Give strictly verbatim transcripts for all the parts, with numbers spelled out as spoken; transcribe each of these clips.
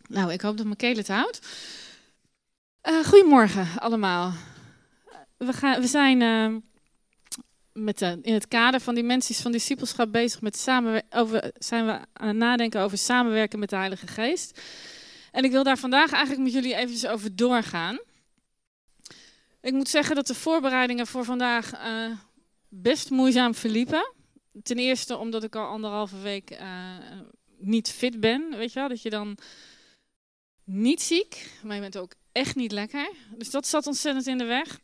Nou, ik hoop dat Michele het houdt. Uh, goedemorgen allemaal. We, gaan, we zijn uh, met de, in het kader van Dimensies van Discipelschap bezig met samenwer- over, zijn we aan het nadenken over samenwerken met de Heilige Geest. En ik wil daar vandaag eigenlijk met jullie eventjes over doorgaan. Ik moet zeggen dat de voorbereidingen voor vandaag uh, best moeizaam verliepen. Ten eerste omdat ik al anderhalve week uh, niet fit ben, weet je wel, dat je dan niet ziek, maar je bent ook echt niet lekker. Dus dat zat ontzettend in de weg.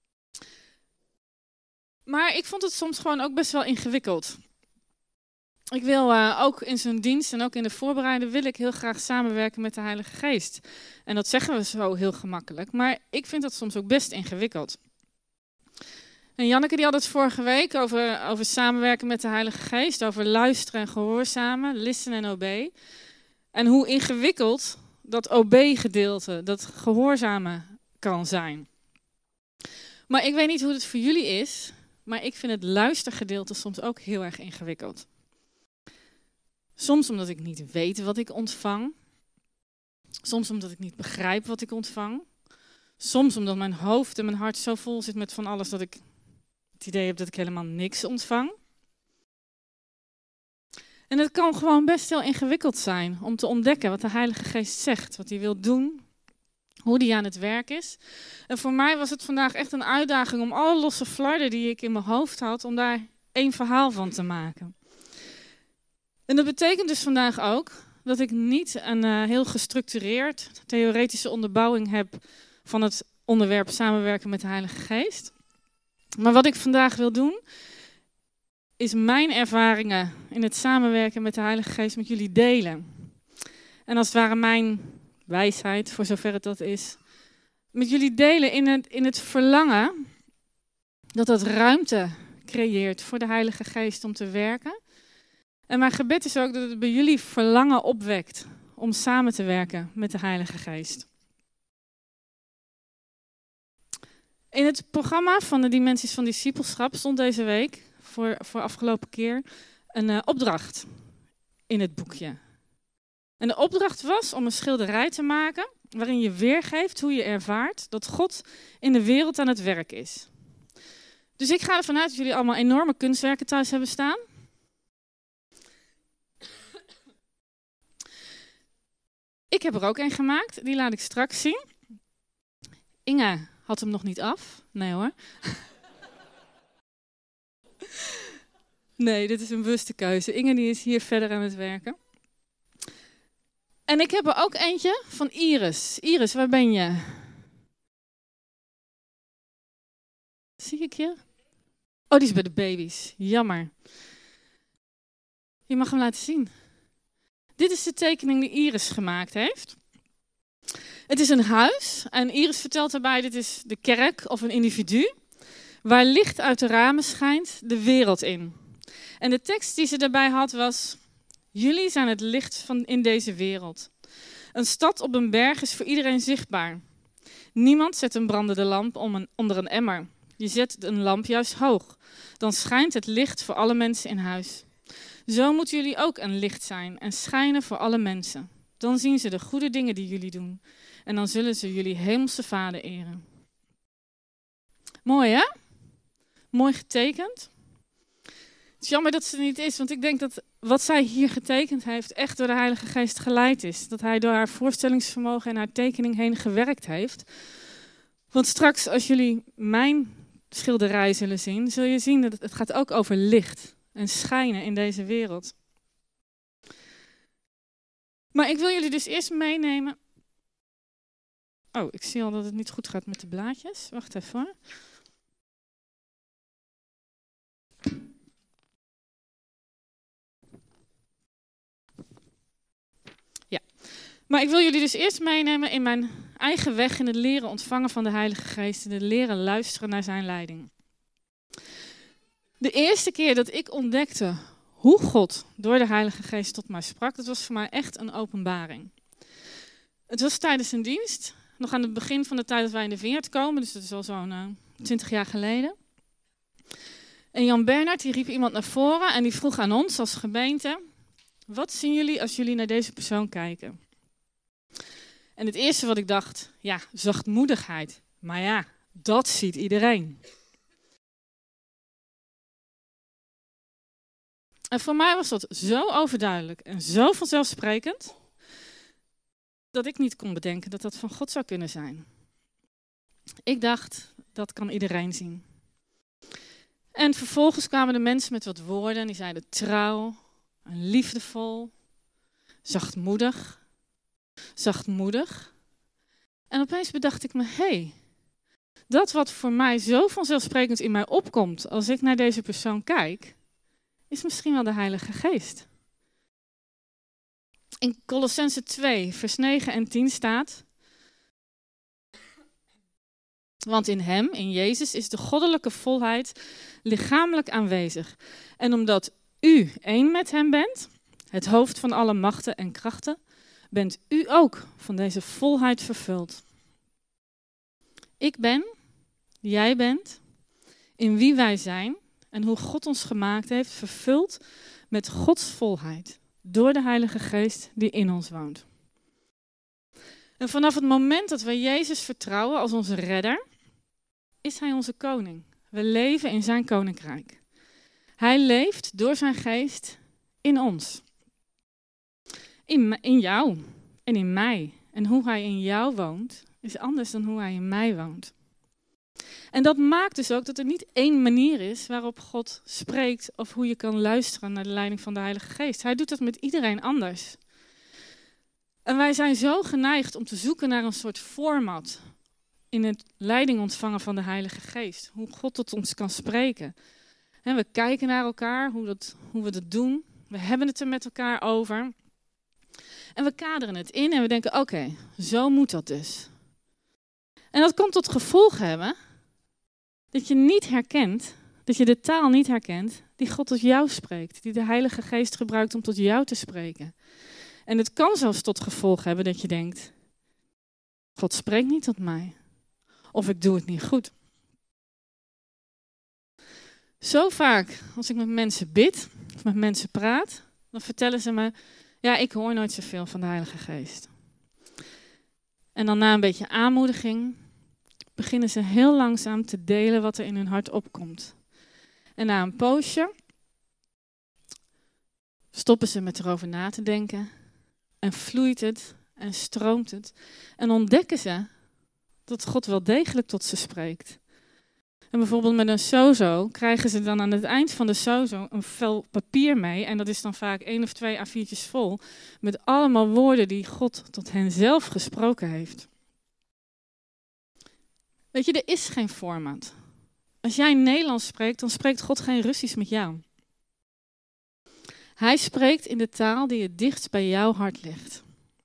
Maar ik vond het soms gewoon ook best wel ingewikkeld. Ik wil uh, ook in zo'n dienst en ook in de voorbereiding wil ik heel graag samenwerken met de Heilige Geest. En dat zeggen we zo heel gemakkelijk, maar ik vind dat soms ook best ingewikkeld. En Janneke die had het vorige week over, over samenwerken met de Heilige Geest, over luisteren en gehoorzamen, listen en obey. En hoe ingewikkeld dat obey-gedeelte, dat gehoorzamen kan zijn. Maar ik weet niet hoe het voor jullie is, maar ik vind het luistergedeelte soms ook heel erg ingewikkeld. Soms omdat ik niet weet wat ik ontvang. Soms omdat ik niet begrijp wat ik ontvang. Soms omdat mijn hoofd en mijn hart zo vol zit met van alles dat ik het idee heb dat ik helemaal niks ontvang. En het kan gewoon best heel ingewikkeld zijn om te ontdekken wat de Heilige Geest zegt, wat hij wil doen, hoe die aan het werk is. En voor mij was het vandaag echt een uitdaging om alle losse flarden die ik in mijn hoofd had, om daar één verhaal van te maken. En dat betekent dus vandaag ook dat ik niet een uh, heel gestructureerd theoretische onderbouwing heb van het onderwerp samenwerken met de Heilige Geest. Maar wat ik vandaag wil doen, is mijn ervaringen in het samenwerken met de Heilige Geest met jullie delen. En als het ware mijn wijsheid, voor zover het dat is, met jullie delen in het, in het verlangen dat dat ruimte creëert voor de Heilige Geest om te werken. En mijn gebed is ook dat het bij jullie verlangen opwekt om samen te werken met de Heilige Geest. In het programma van de Dimensies van Discipelschap stond deze week, voor, voor afgelopen keer, een uh, opdracht in het boekje. En de opdracht was om een schilderij te maken waarin je weergeeft hoe je ervaart dat God in de wereld aan het werk is. Dus ik ga ervan uit dat jullie allemaal enorme kunstwerken thuis hebben staan. Ik heb er ook een gemaakt, die laat ik straks zien. Inge had hem nog niet af. Nee hoor. Nee, dit is een bewuste keuze. Inge die is hier verder aan het werken. En ik heb er ook eentje van Iris. Iris, waar ben je? Zie ik je? Oh, die is bij de baby's. Jammer. Je mag hem laten zien. Dit is de tekening die Iris gemaakt heeft. Het is een huis en Iris vertelt daarbij, dit is de kerk of een individu, waar licht uit de ramen schijnt de wereld in. En de tekst die ze daarbij had was: jullie zijn het licht van in deze wereld. Een stad op een berg is voor iedereen zichtbaar. Niemand zet een brandende lamp om een, onder een emmer. Je zet een lamp juist hoog. Dan schijnt het licht voor alle mensen in huis. Zo moeten jullie ook een licht zijn en schijnen voor alle mensen. Dan zien ze de goede dingen die jullie doen. En dan zullen ze jullie hemelse Vader eren. Mooi hè? Mooi getekend. Het is jammer dat ze er niet is, want ik denk dat wat zij hier getekend heeft echt door de Heilige Geest geleid is. Dat hij door haar voorstellingsvermogen en haar tekening heen gewerkt heeft. Want straks als jullie mijn schilderij zullen zien, zul je zien dat het, het gaat ook over licht en schijnen in deze wereld. Maar ik wil jullie dus eerst meenemen. Oh, ik zie al dat het niet goed gaat met de blaadjes. Wacht even hoor. Ja, maar ik wil jullie dus eerst meenemen in mijn eigen weg in het leren ontvangen van de Heilige Geest en het leren luisteren naar zijn leiding. De eerste keer dat ik ontdekte hoe God door de Heilige Geest tot mij sprak, dat was voor mij echt een openbaring. Het was tijdens een dienst, nog aan het begin van de tijd dat wij in de Vineyard komen, dus dat is al zo'n uh, twintig jaar geleden. En Jan Bernhard die riep iemand naar voren en die vroeg aan ons als gemeente: wat zien jullie als jullie naar deze persoon kijken? En het eerste wat ik dacht, ja, zachtmoedigheid. Maar ja, dat ziet iedereen. En voor mij was dat zo overduidelijk en zo vanzelfsprekend, dat ik niet kon bedenken dat dat van God zou kunnen zijn. Ik dacht, dat kan iedereen zien. En vervolgens kwamen de mensen met wat woorden en die zeiden trouw, en liefdevol, zachtmoedig, zachtmoedig. En opeens bedacht ik me, hé, hey, dat wat voor mij zo vanzelfsprekend in mij opkomt als ik naar deze persoon kijk, is misschien wel de Heilige Geest. In Kolossenzen twee, vers negen en tien staat: want in hem, in Jezus, is de goddelijke volheid lichamelijk aanwezig. En omdat u één met hem bent, het hoofd van alle machten en krachten, bent u ook van deze volheid vervuld. Ik ben, jij bent, in wie wij zijn en hoe God ons gemaakt heeft, vervuld met Gods volheid door de Heilige Geest die in ons woont. En vanaf het moment dat wij Jezus vertrouwen als onze redder, is hij onze koning. We leven in zijn koninkrijk. Hij leeft door zijn geest in ons. In, in jou en in mij. En hoe hij in jou woont, is anders dan hoe hij in mij woont. En dat maakt dus ook dat er niet één manier is waarop God spreekt of hoe je kan luisteren naar de leiding van de Heilige Geest. Hij doet dat met iedereen anders. En wij zijn zo geneigd om te zoeken naar een soort format in het leiding ontvangen van de Heilige Geest. Hoe God tot ons kan spreken. En we kijken naar elkaar, hoe, dat, hoe we dat doen. We hebben het er met elkaar over. En we kaderen het in en we denken, oké, okay, zo moet dat dus. En dat kan tot gevolg hebben dat je niet herkent, dat je de taal niet herkent die God tot jou spreekt. Die de Heilige Geest gebruikt om tot jou te spreken. En het kan zelfs tot gevolg hebben dat je denkt, God spreekt niet tot mij. Of ik doe het niet goed. Zo vaak als ik met mensen bid of met mensen praat, dan vertellen ze me, ja, ik hoor nooit zoveel van de Heilige Geest. En dan na een beetje aanmoediging beginnen ze heel langzaam te delen wat er in hun hart opkomt. En na een poosje stoppen ze met erover na te denken en vloeit het en stroomt het. En ontdekken ze dat God wel degelijk tot ze spreekt. En bijvoorbeeld met een sozo krijgen ze dan aan het eind van de sozo een vel papier mee. En dat is dan vaak één of twee A viertjes vol. Met allemaal woorden die God tot hen zelf gesproken heeft. Weet je, er is geen format. Als jij Nederlands spreekt, dan spreekt God geen Russisch met jou. Hij spreekt in de taal die het dichtst bij jouw hart ligt.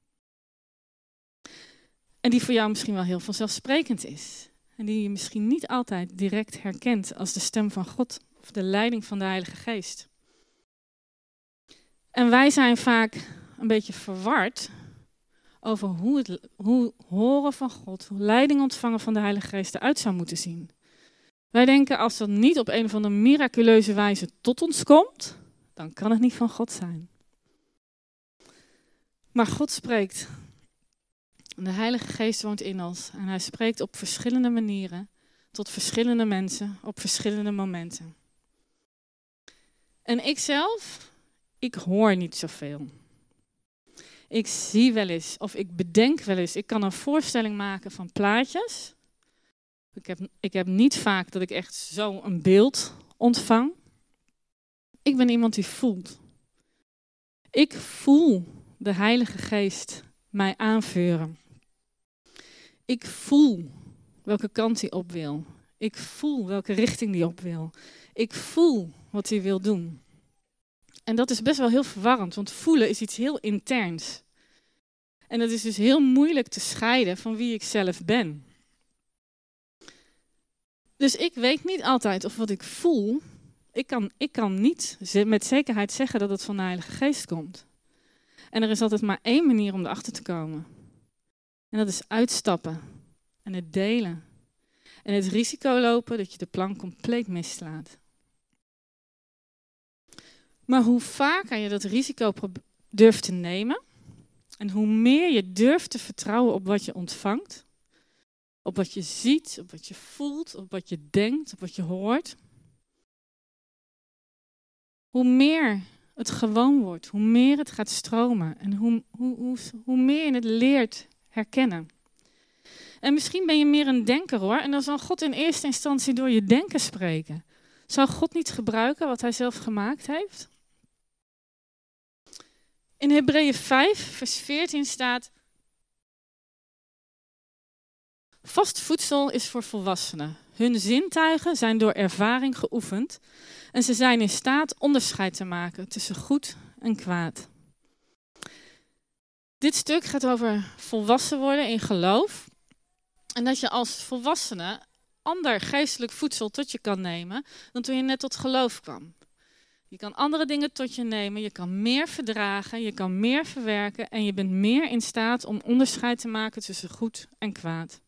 En die voor jou misschien wel heel vanzelfsprekend is. En die je misschien niet altijd direct herkent als de stem van God of de leiding van de Heilige Geest. En wij zijn vaak een beetje verward over hoe het hoe horen van God, hoe leiding ontvangen van de Heilige Geest eruit zou moeten zien. Wij denken, als dat niet op een of andere miraculeuze wijze tot ons komt, dan kan het niet van God zijn. Maar God spreekt. De Heilige Geest woont in ons en hij spreekt op verschillende manieren, tot verschillende mensen, op verschillende momenten. En ikzelf, ik hoor niet zoveel. Ik zie wel eens, of ik bedenk wel eens, ik kan een voorstelling maken van plaatjes. Ik heb, ik heb niet vaak dat ik echt zo een beeld ontvang. Ik ben iemand die voelt. Ik voel de Heilige Geest mij aanvuren. Ik voel welke kant hij op wil. Ik voel welke richting hij op wil. Ik voel wat hij wil doen. En dat is best wel heel verwarrend, want voelen is iets heel interns. En dat is dus heel moeilijk te scheiden van wie ik zelf ben. Dus ik weet niet altijd of wat ik voel, ik kan, ik kan niet met zekerheid zeggen dat het van de Heilige Geest komt. En er is altijd maar één manier om erachter te komen. En dat is uitstappen en het delen. En het risico lopen dat je de plan compleet mislaat. Maar hoe vaker je dat risico durft te nemen, En hoe meer je durft te vertrouwen op wat je ontvangt, op wat je ziet, op wat je voelt, op wat je denkt, op wat je hoort, hoe meer het gewoon wordt, hoe meer het gaat stromen en hoe, hoe, hoe, hoe meer je het leert herkennen. En misschien ben je meer een denker hoor, en dan zal God in eerste instantie door je denken spreken. Zou God niet gebruiken wat hij zelf gemaakt heeft? In Hebreeën vijf, vers veertien staat: vast voedsel is voor volwassenen. Hun zintuigen zijn door ervaring geoefend en ze zijn in staat onderscheid te maken tussen goed en kwaad. Dit stuk gaat over volwassen worden in geloof. En dat je als volwassene ander geestelijk voedsel tot je kan nemen dan toen je net tot geloof kwam. Je kan andere dingen tot je nemen, je kan meer verdragen, je kan meer verwerken en je bent meer in staat om onderscheid te maken tussen goed en kwaad.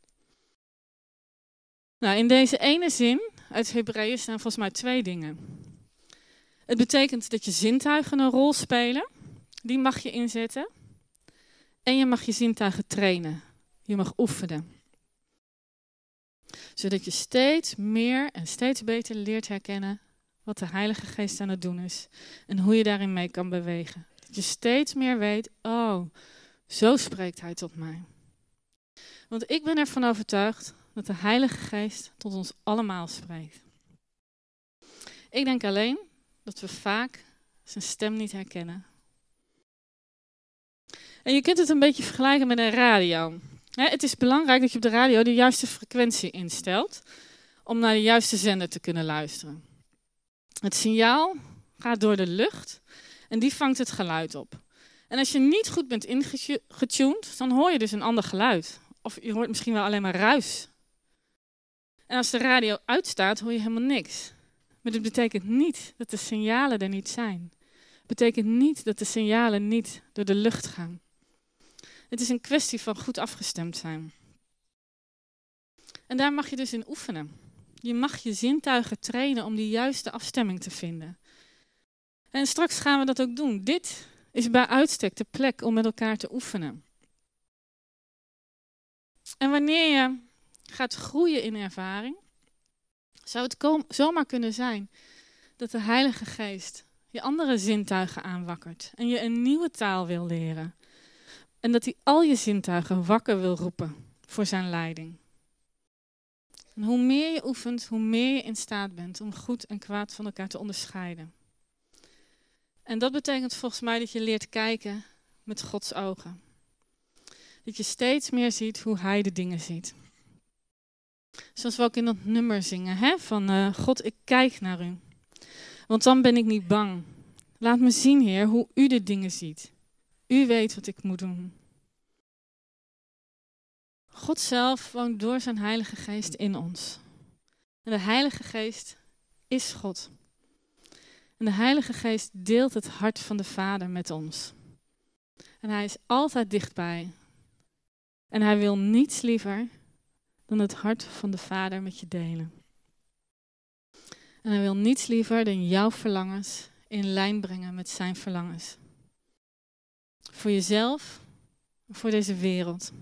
Nou, in deze ene zin uit Hebreeën staan volgens mij twee dingen. Het betekent dat je zintuigen een rol spelen, die mag je inzetten. En je mag je zintuigen trainen, je mag oefenen. Zodat je steeds meer en steeds beter leert herkennen wat de Heilige Geest aan het doen is. En hoe je daarin mee kan bewegen. Dat je steeds meer weet, oh, zo spreekt hij tot mij. Want ik ben ervan overtuigd dat de Heilige Geest tot ons allemaal spreekt. Ik denk alleen dat we vaak zijn stem niet herkennen. En je kunt het een beetje vergelijken met een radio. He, het is belangrijk dat je op de radio de juiste frequentie instelt om naar de juiste zender te kunnen luisteren. Het signaal gaat door de lucht en die vangt het geluid op. En als je niet goed bent ingetuned, dan hoor je dus een ander geluid. Of je hoort misschien wel alleen maar ruis. En als de radio uitstaat, hoor je helemaal niks. Maar dat betekent niet dat de signalen er niet zijn. Het betekent niet dat de signalen niet door de lucht gaan. Het is een kwestie van goed afgestemd zijn. En daar mag je dus in oefenen. Je mag je zintuigen trainen om die juiste afstemming te vinden. En straks gaan we dat ook doen. Dit is bij uitstek de plek om met elkaar te oefenen. En wanneer je gaat groeien in ervaring, zou het kom- zomaar kunnen zijn dat de Heilige Geest je andere zintuigen aanwakkert en je een nieuwe taal wil leren. En dat hij al je zintuigen wakker wil roepen voor zijn leiding. En hoe meer je oefent, hoe meer je in staat bent om goed en kwaad van elkaar te onderscheiden. En dat betekent volgens mij dat je leert kijken met Gods ogen. Dat je steeds meer ziet hoe hij de dingen ziet. Zoals we ook in dat nummer zingen, hè? Van uh, God, ik kijk naar u. Want dan ben ik niet bang. Laat me zien, Heer, hoe u de dingen ziet. U weet wat ik moet doen. God zelf woont door zijn Heilige Geest in ons. En de Heilige Geest is God. En de Heilige Geest deelt het hart van de Vader met ons. En hij is altijd dichtbij. En hij wil niets liever dan het hart van de Vader met je delen. En hij wil niets liever dan jouw verlangens in lijn brengen met zijn verlangens. Voor jezelf, voor deze wereld.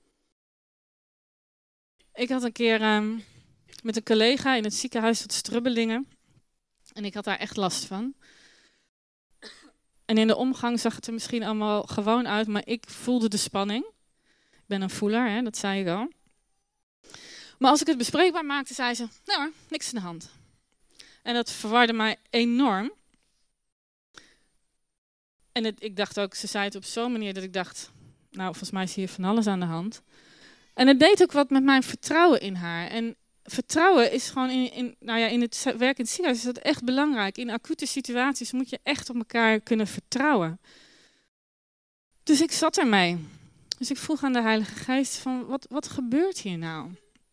Ik had een keer um, met een collega in het ziekenhuis tot Strubbelingen. En ik had daar echt last van. En in de omgang zag het er misschien allemaal gewoon uit, maar ik voelde de spanning. Ik ben een voeler, hè, dat zei ik al. Maar als ik het bespreekbaar maakte, zei ze, nee hoor, niks aan de hand. En dat verwarde mij enorm. En het, ik dacht ook, ze zei het op zo'n manier dat ik dacht, nou, volgens mij is hier van alles aan de hand. En het deed ook wat met mijn vertrouwen in haar. En vertrouwen is gewoon in, in, nou ja, in het werk in het ziekenhuis is dat echt belangrijk. In acute situaties moet je echt op elkaar kunnen vertrouwen. Dus ik zat ermee. Dus ik vroeg aan de Heilige Geest van, wat, wat gebeurt hier nou?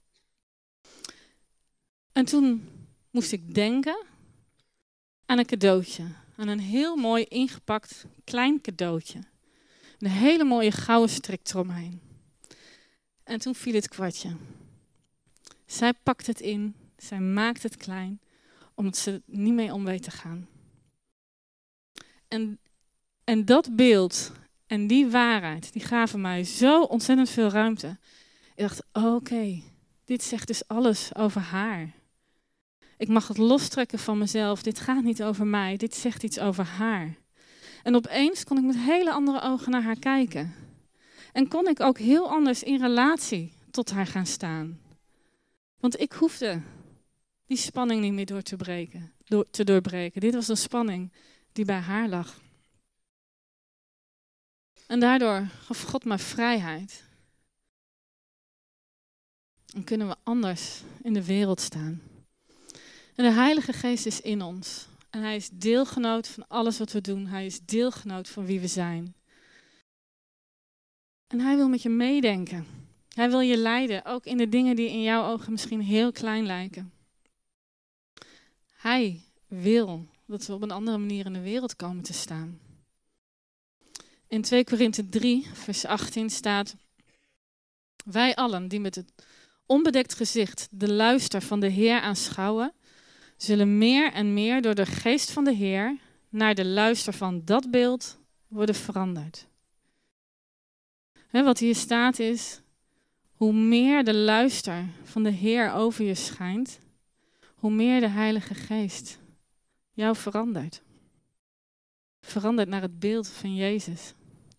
En toen moest ik denken aan een cadeautje. Aan een heel mooi ingepakt klein cadeautje. Een hele mooie gouden strik eromheen. En toen viel het kwartje. Zij pakt het in, zij maakt het klein, omdat ze er niet mee om weet te gaan. En, en dat beeld En die waarheid, die gaven mij zo ontzettend veel ruimte. Ik dacht, oké, okay, dit zegt dus alles over haar. Ik mag het lostrekken van mezelf. Dit gaat niet over mij, dit zegt iets over haar. En opeens kon ik met hele andere ogen naar haar kijken. En kon ik ook heel anders in relatie tot haar gaan staan. Want ik hoefde die spanning niet meer door te breken, door, te doorbreken. Dit was een spanning die bij haar lag. En daardoor gaf God mij vrijheid. En kunnen we anders in de wereld staan. En de Heilige Geest is in ons. En hij is deelgenoot van alles wat we doen. Hij is deelgenoot van wie we zijn. En hij wil met je meedenken. Hij wil je leiden, ook in de dingen die in jouw ogen misschien heel klein lijken. Hij wil dat we op een andere manier in de wereld komen te staan. In twee Korinthe drie, vers achttien staat: wij allen die met het onbedekt gezicht de luister van de Heer aanschouwen, zullen meer en meer door de geest van de Heer naar de luister van dat beeld worden veranderd. He, wat hier staat is, hoe meer de luister van de Heer over je schijnt, hoe meer de Heilige Geest jou verandert. Verandert naar het beeld van Jezus.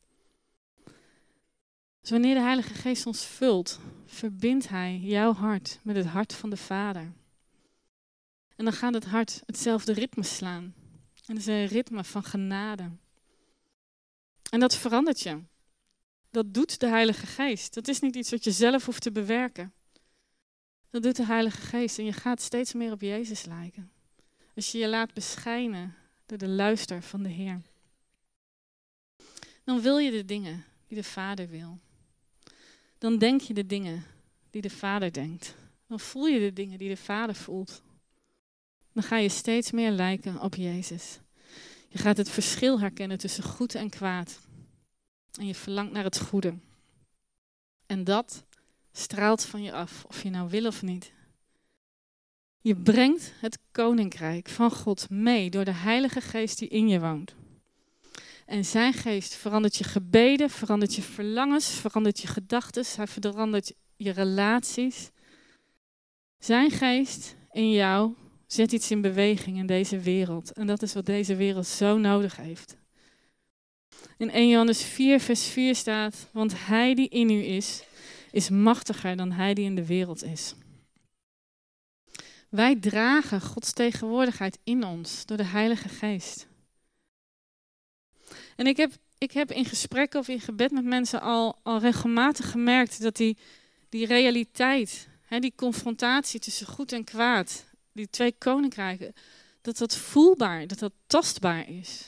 Dus wanneer de Heilige Geest ons vult, verbindt Hij jouw hart met het hart van de Vader. En dan gaat het hart hetzelfde ritme slaan. En dat is een ritme van genade. En dat verandert je. Dat doet de Heilige Geest. Dat is niet iets wat je zelf hoeft te bewerken. Dat doet de Heilige Geest en je gaat steeds meer op Jezus lijken. Als je je laat beschijnen door de luister van de Heer. Dan wil je de dingen die de Vader wil. Dan denk je de dingen die de Vader denkt. Dan voel je de dingen die de Vader voelt. Dan ga je steeds meer lijken op Jezus. Je gaat het verschil herkennen tussen goed en kwaad. En je verlangt naar het goede. En dat straalt van je af, of je nou wil of niet. Je brengt het koninkrijk van God mee door de Heilige Geest die in je woont. En zijn geest verandert je gebeden, verandert je verlangens, verandert je gedachten, hij verandert je relaties. Zijn geest in jou zet iets in beweging in deze wereld. En dat is wat deze wereld zo nodig heeft. In eerste Johannes vier, vers vier staat: want hij die in u is, is machtiger dan hij die in de wereld is. Wij dragen Gods tegenwoordigheid in ons door de Heilige Geest. En ik heb, ik heb in gesprekken of in gebed met mensen al, al regelmatig gemerkt dat die, die realiteit, hè, die confrontatie tussen goed en kwaad, die twee koninkrijken, dat dat voelbaar, dat dat tastbaar is.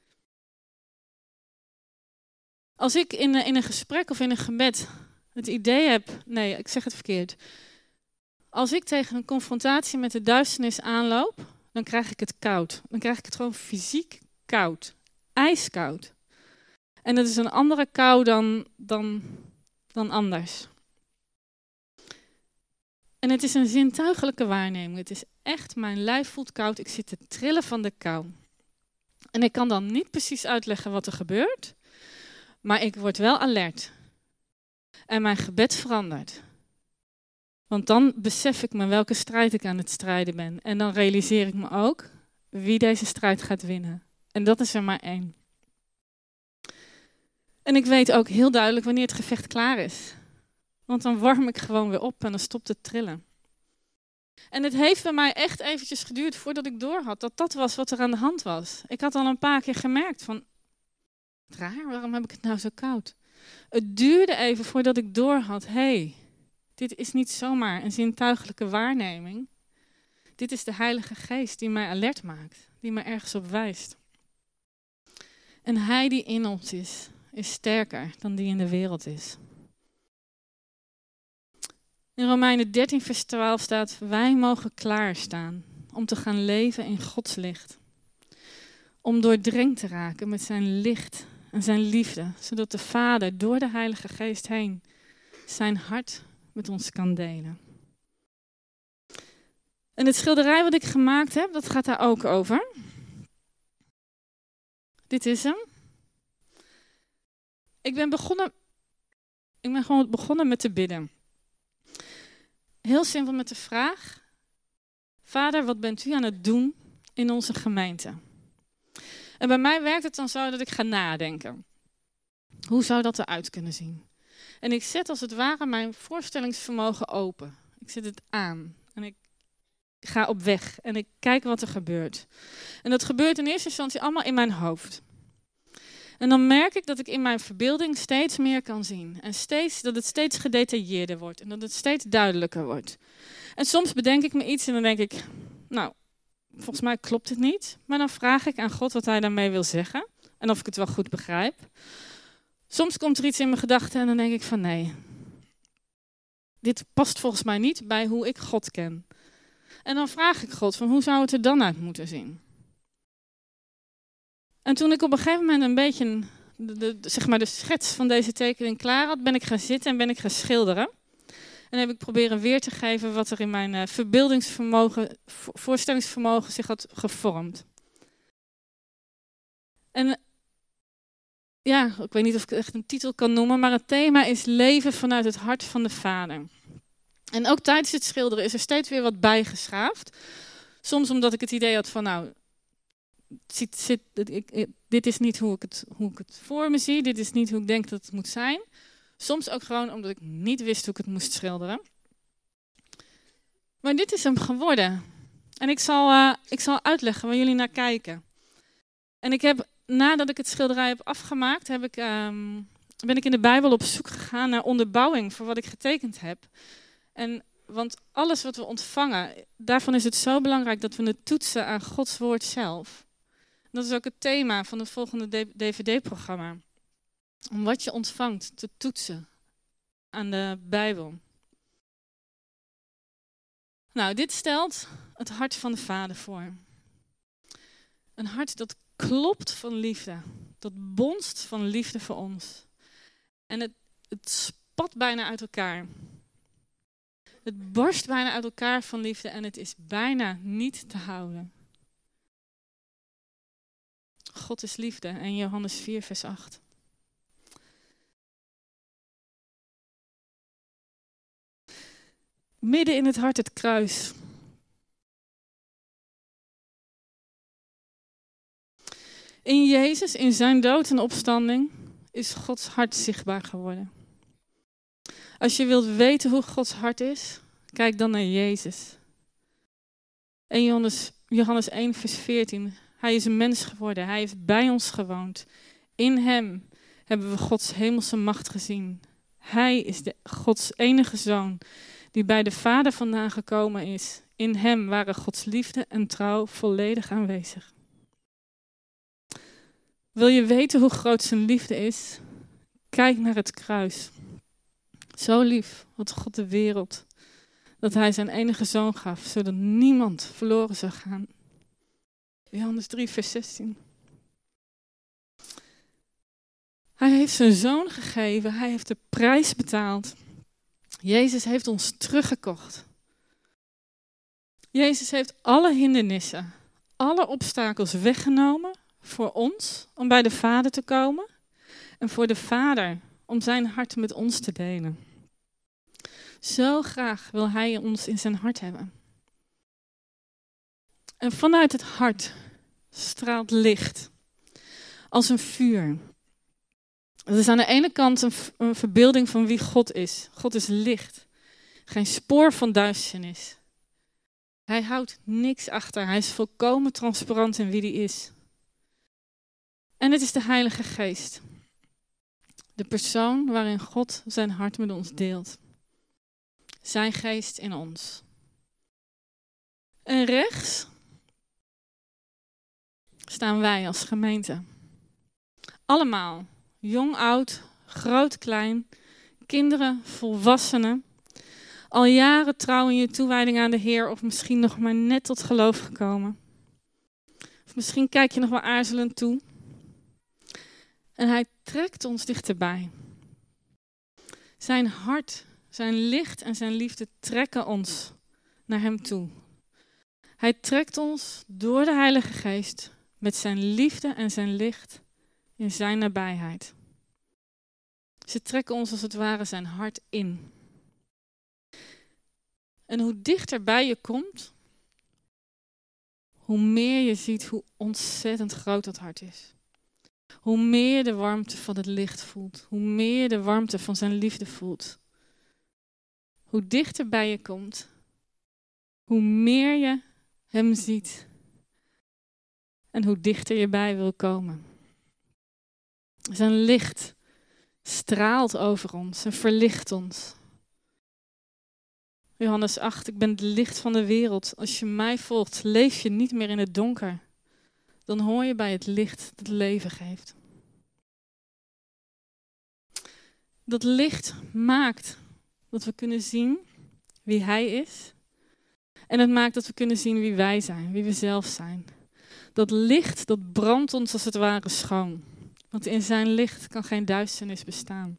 Als ik in, in een gesprek of in een gebed het idee heb, nee, ik zeg het verkeerd. Als ik tegen een confrontatie met de duisternis aanloop, dan krijg ik het koud. Dan krijg ik het gewoon fysiek koud. Ijskoud. En dat is een andere kou dan, dan, dan anders. En het is een zintuigelijke waarneming. Het is echt, mijn lijf voelt koud. Ik zit te trillen van de kou. En ik kan dan niet precies uitleggen wat er gebeurt. Maar ik word wel alert. En mijn gebed verandert. Want dan besef ik me welke strijd ik aan het strijden ben. En dan realiseer ik me ook wie deze strijd gaat winnen. En dat is er maar één. En ik weet ook heel duidelijk wanneer het gevecht klaar is. Want dan warm ik gewoon weer op en dan stopt het trillen. En het heeft bij mij echt eventjes geduurd voordat ik doorhad dat dat was wat er aan de hand was. Ik had al een paar keer gemerkt van, raar, waarom heb ik het nou zo koud? Het duurde even voordat ik doorhad, hé, hey, dit is niet zomaar een zintuigelijke waarneming. Dit is de Heilige Geest die mij alert maakt, die mij ergens op wijst. En hij die in ons is, is sterker dan die in de wereld is. In Romeinen dertien vers twaalf staat: wij mogen klaarstaan om te gaan leven in Gods licht. Om doordrenkt te raken met zijn licht en zijn liefde, zodat de Vader door de Heilige Geest heen zijn hart met ons kan delen. En het schilderij wat ik gemaakt heb, dat gaat daar ook over. Dit is hem. Ik ben begonnen, ik ben gewoon begonnen met te bidden. Heel simpel met de vraag: Vader, wat bent u aan het doen in onze gemeente? En bij mij werkt het dan zo dat ik ga nadenken. Hoe zou dat eruit kunnen zien? En ik zet als het ware mijn voorstellingsvermogen open. Ik zet het aan en ik ga op weg en ik kijk wat er gebeurt. En dat gebeurt in eerste instantie allemaal in mijn hoofd. En dan merk ik dat ik in mijn verbeelding steeds meer kan zien. En steeds, dat het steeds gedetailleerder wordt en dat het steeds duidelijker wordt. En soms bedenk ik me iets en dan denk ik, nou, volgens mij klopt het niet. Maar dan vraag ik aan God wat hij daarmee wil zeggen en of ik het wel goed begrijp. Soms komt er iets in mijn gedachten en dan denk ik van nee, dit past volgens mij niet bij hoe ik God ken. En dan vraag ik God van hoe zou het er dan uit moeten zien? En toen ik op een gegeven moment een beetje de, de, de, zeg maar de schets van deze tekening klaar had, ben ik gaan zitten en ben ik gaan schilderen. En heb ik proberen weer te geven wat er in mijn uh, verbeeldingsvermogen, voorstellingsvermogen zich had gevormd. En ja, ik weet niet of ik het echt een titel kan noemen, maar het thema is leven vanuit het hart van de Vader. En ook tijdens het schilderen is er steeds weer wat bijgeschaafd. Soms omdat ik het idee had van nou, zit, zit, ik, dit is niet hoe ik, het, hoe ik het voor me zie, dit is niet hoe ik denk dat het moet zijn. Soms ook gewoon omdat ik niet wist hoe ik het moest schilderen. Maar dit is hem geworden. En ik zal, uh, ik zal uitleggen waar jullie naar kijken. En ik heb, nadat ik het schilderij heb afgemaakt, heb ik, um, ben ik in de Bijbel op zoek gegaan naar onderbouwing voor wat ik getekend heb. En, want alles wat we ontvangen, daarvan is het zo belangrijk dat we het toetsen aan Gods woord zelf. Dat is ook het thema van het volgende D V D-programma. Om wat je ontvangt te toetsen aan de Bijbel. Nou, dit stelt het hart van de Vader voor. Een hart dat klopt van liefde. Dat bonst van liefde voor ons. En het, het spat bijna uit elkaar. Het barst bijna uit elkaar van liefde en het is bijna niet te houden. God is liefde en Johannes vier vers acht. Midden in het hart het kruis. In Jezus, in zijn dood en opstanding, is Gods hart zichtbaar geworden. Als je wilt weten hoe Gods hart is, kijk dan naar Jezus. En Johannes, Johannes één vers veertien. Hij is een mens geworden, hij heeft bij ons gewoond. In hem hebben we Gods hemelse macht gezien. Hij is de Gods enige zoon, die bij de Vader vandaan gekomen is. In hem waren Gods liefde en trouw volledig aanwezig. Wil je weten hoe groot zijn liefde is? Kijk naar het kruis. Zo lief had God de wereld, dat hij zijn enige zoon gaf, zodat niemand verloren zou gaan. Johannes drie vers zestien. Hij heeft zijn zoon gegeven, hij heeft de prijs betaald. Jezus heeft ons teruggekocht. Jezus heeft alle hindernissen, alle obstakels weggenomen voor ons om bij de Vader te komen en voor de Vader om zijn hart met ons te delen. Zo graag wil hij ons in zijn hart hebben. En vanuit het hart straalt licht als een vuur. Het is aan de ene kant een, een verbeelding van wie God is. God is licht. Geen spoor van duisternis. Hij houdt niks achter. Hij is volkomen transparant in wie hij is. En het is de Heilige Geest. De persoon waarin God zijn hart met ons deelt. Zijn geest in ons. En rechts staan wij als gemeente. Allemaal. Jong, oud, groot, klein, kinderen, volwassenen. Al jaren trouw in je toewijding aan de Heer of misschien nog maar net tot geloof gekomen. Of misschien kijk je nog wel aarzelend toe. En hij trekt ons dichterbij. Zijn hart, zijn licht en zijn liefde trekken ons naar hem toe. Hij trekt ons door de Heilige Geest met zijn liefde en zijn licht in zijn nabijheid. Ze trekken ons als het ware zijn hart in. En hoe dichter bij je komt, hoe meer je ziet hoe ontzettend groot dat hart is. Hoe meer je de warmte van het licht voelt. Hoe meer je de warmte van zijn liefde voelt. Hoe dichter bij je komt, hoe meer je hem ziet. En hoe dichter je bij wil komen. Zijn licht straalt over ons en verlicht ons. Johannes acht, ik ben het licht van de wereld. Als je mij volgt, leef je niet meer in het donker. Dan hoor je bij het licht dat leven geeft. Dat licht maakt dat we kunnen zien wie hij is. En het maakt dat we kunnen zien wie wij zijn, wie we zelf zijn. Dat licht, dat brandt ons als het ware schoon. Want in zijn licht kan geen duisternis bestaan.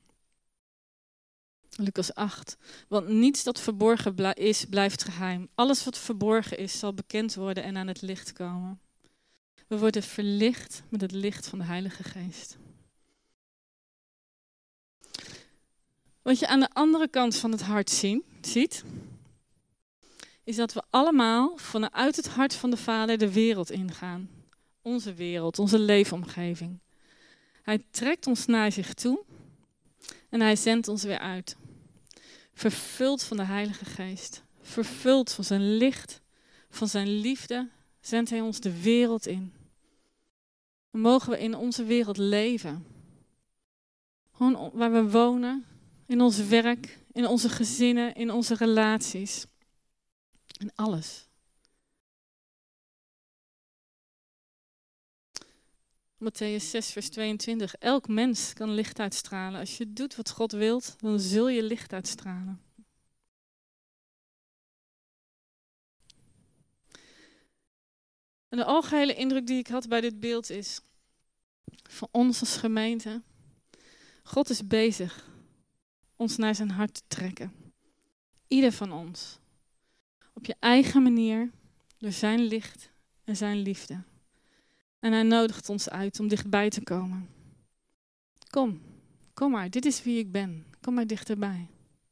Lucas acht. Want niets dat verborgen is, blijft geheim. Alles wat verborgen is, zal bekend worden en aan het licht komen. We worden verlicht met het licht van de Heilige Geest. Wat je aan de andere kant van het hart zien, ziet, is dat we allemaal vanuit het hart van de Vader de wereld ingaan. Onze wereld, onze leefomgeving. Hij trekt ons naar zich toe en hij zendt ons weer uit. Vervuld van de Heilige Geest, vervuld van zijn licht, van zijn liefde, zendt hij ons de wereld in. Dan mogen we in onze wereld leven. Gewoon waar we wonen, in ons werk, in onze gezinnen, in onze relaties. In alles. Mattheüs zes vers tweeëntwintig. Elk mens kan licht uitstralen. Als je doet wat God wilt, dan zul je licht uitstralen. En de algehele indruk die ik had bij dit beeld is, van ons als gemeente, God is bezig ons naar zijn hart te trekken. Ieder van ons. Op je eigen manier, door zijn licht en zijn liefde. En hij nodigt ons uit om dichtbij te komen. Kom, kom maar, dit is wie ik ben. Kom maar dichterbij.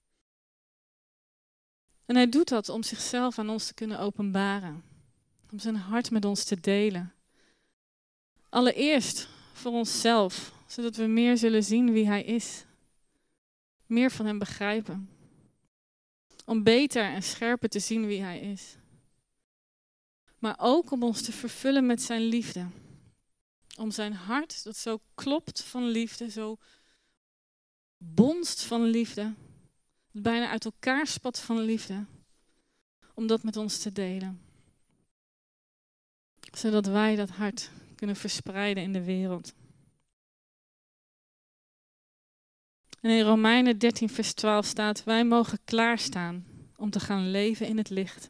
En hij doet dat om zichzelf aan ons te kunnen openbaren. Om zijn hart met ons te delen. Allereerst voor onszelf, zodat we meer zullen zien wie hij is. Meer van hem begrijpen. Om beter en scherper te zien wie hij is. Maar ook om ons te vervullen met zijn liefde. Om zijn hart, dat zo klopt van liefde, zo bonst van liefde. Dat bijna uit elkaar spat van liefde. Om dat met ons te delen. Zodat wij dat hart kunnen verspreiden in de wereld. En in Romeinen dertien vers twaalf staat, wij mogen klaarstaan om te gaan leven in het licht.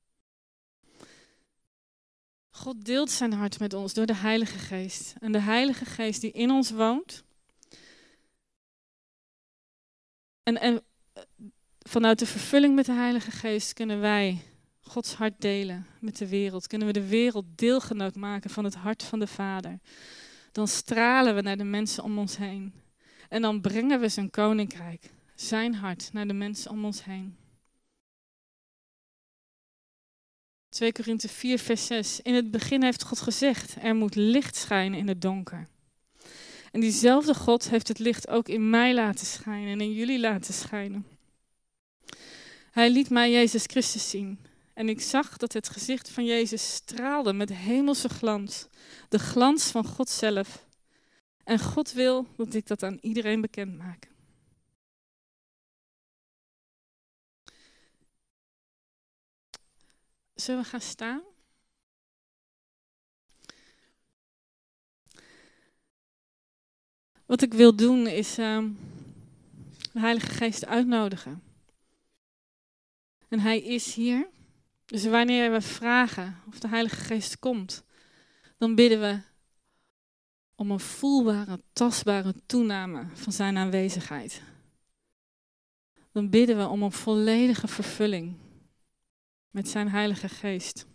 God deelt zijn hart met ons door de Heilige Geest. En de Heilige Geest die in ons woont. En, en vanuit de vervulling met de Heilige Geest kunnen wij Gods hart delen met de wereld. Kunnen we de wereld deelgenoot maken van het hart van de Vader. Dan stralen we naar de mensen om ons heen. En dan brengen we zijn koninkrijk, zijn hart, naar de mensen om ons heen. twee Korinthe vier vers zes. In het begin heeft God gezegd, er moet licht schijnen in het donker. En diezelfde God heeft het licht ook in mij laten schijnen en in jullie laten schijnen. Hij liet mij Jezus Christus zien. En ik zag dat het gezicht van Jezus straalde met hemelse glans. De glans van God zelf. En God wil dat ik dat aan iedereen bekend maak. Zullen we gaan staan? Wat ik wil doen is uh, de Heilige Geest uitnodigen. En hij is hier. Dus wanneer we vragen of de Heilige Geest komt, dan bidden we om een voelbare, tastbare toename van zijn aanwezigheid. Dan bidden we om een volledige vervulling met zijn Heilige Geest.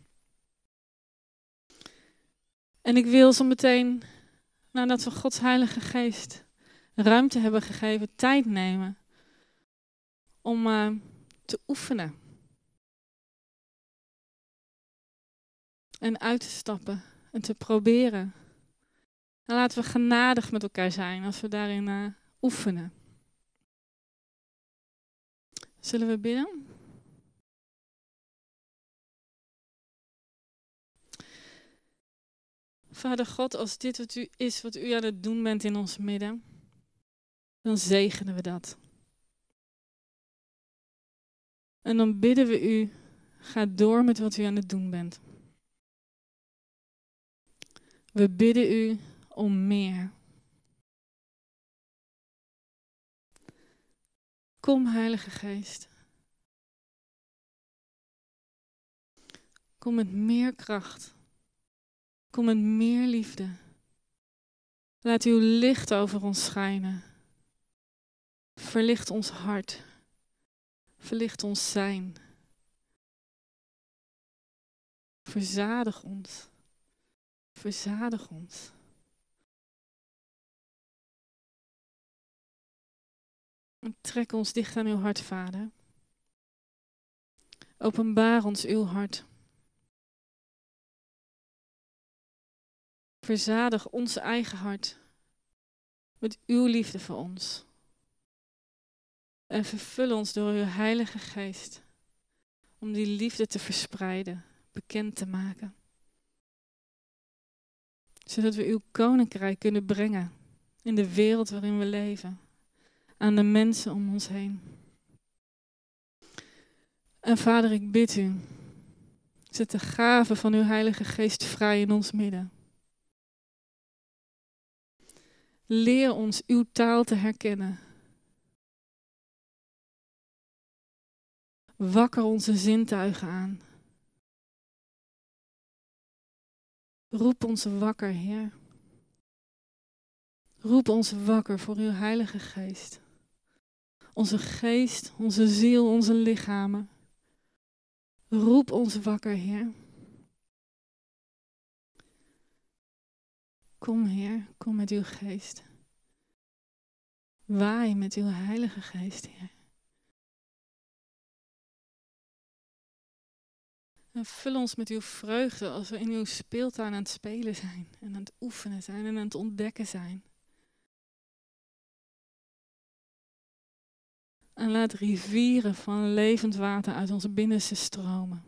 En ik wil zo meteen, nadat we Gods Heilige Geest ruimte hebben gegeven, tijd nemen om uh, te oefenen. En uit te stappen en te proberen. En laten we genadig met elkaar zijn als we daarin uh, oefenen. Zullen we bidden? Vader God, als dit wat u is, wat u aan het doen bent in ons midden, dan zegenen we dat. En dan bidden we u, ga door met wat u aan het doen bent. We bidden u om meer. Kom, Heilige Geest. Kom met meer kracht. Kom met meer liefde. Laat uw licht over ons schijnen. Verlicht ons hart. Verlicht ons zijn. Verzadig ons. Verzadig ons. En trek ons dicht aan uw hart, Vader. Openbaar ons uw hart. Verzadig ons eigen hart met uw liefde voor ons. En vervul ons door uw Heilige Geest om die liefde te verspreiden, bekend te maken. Zodat we uw koninkrijk kunnen brengen in de wereld waarin we leven. Aan de mensen om ons heen. En Vader, ik bid u, zet de gave van uw Heilige Geest vrij in ons midden. Leer ons uw taal te herkennen. Wakker onze zintuigen aan. Roep ons wakker, Heer. Roep ons wakker voor uw Heilige Geest. Onze geest, onze ziel, onze lichamen. Roep ons wakker, Heer. Kom, Heer, kom met uw geest. Waai met uw Heilige Geest, Heer. En vul ons met uw vreugde als we in uw speeltuin aan het spelen zijn. En aan het oefenen zijn en aan het ontdekken zijn. En laat rivieren van levend water uit ons binnenste stromen.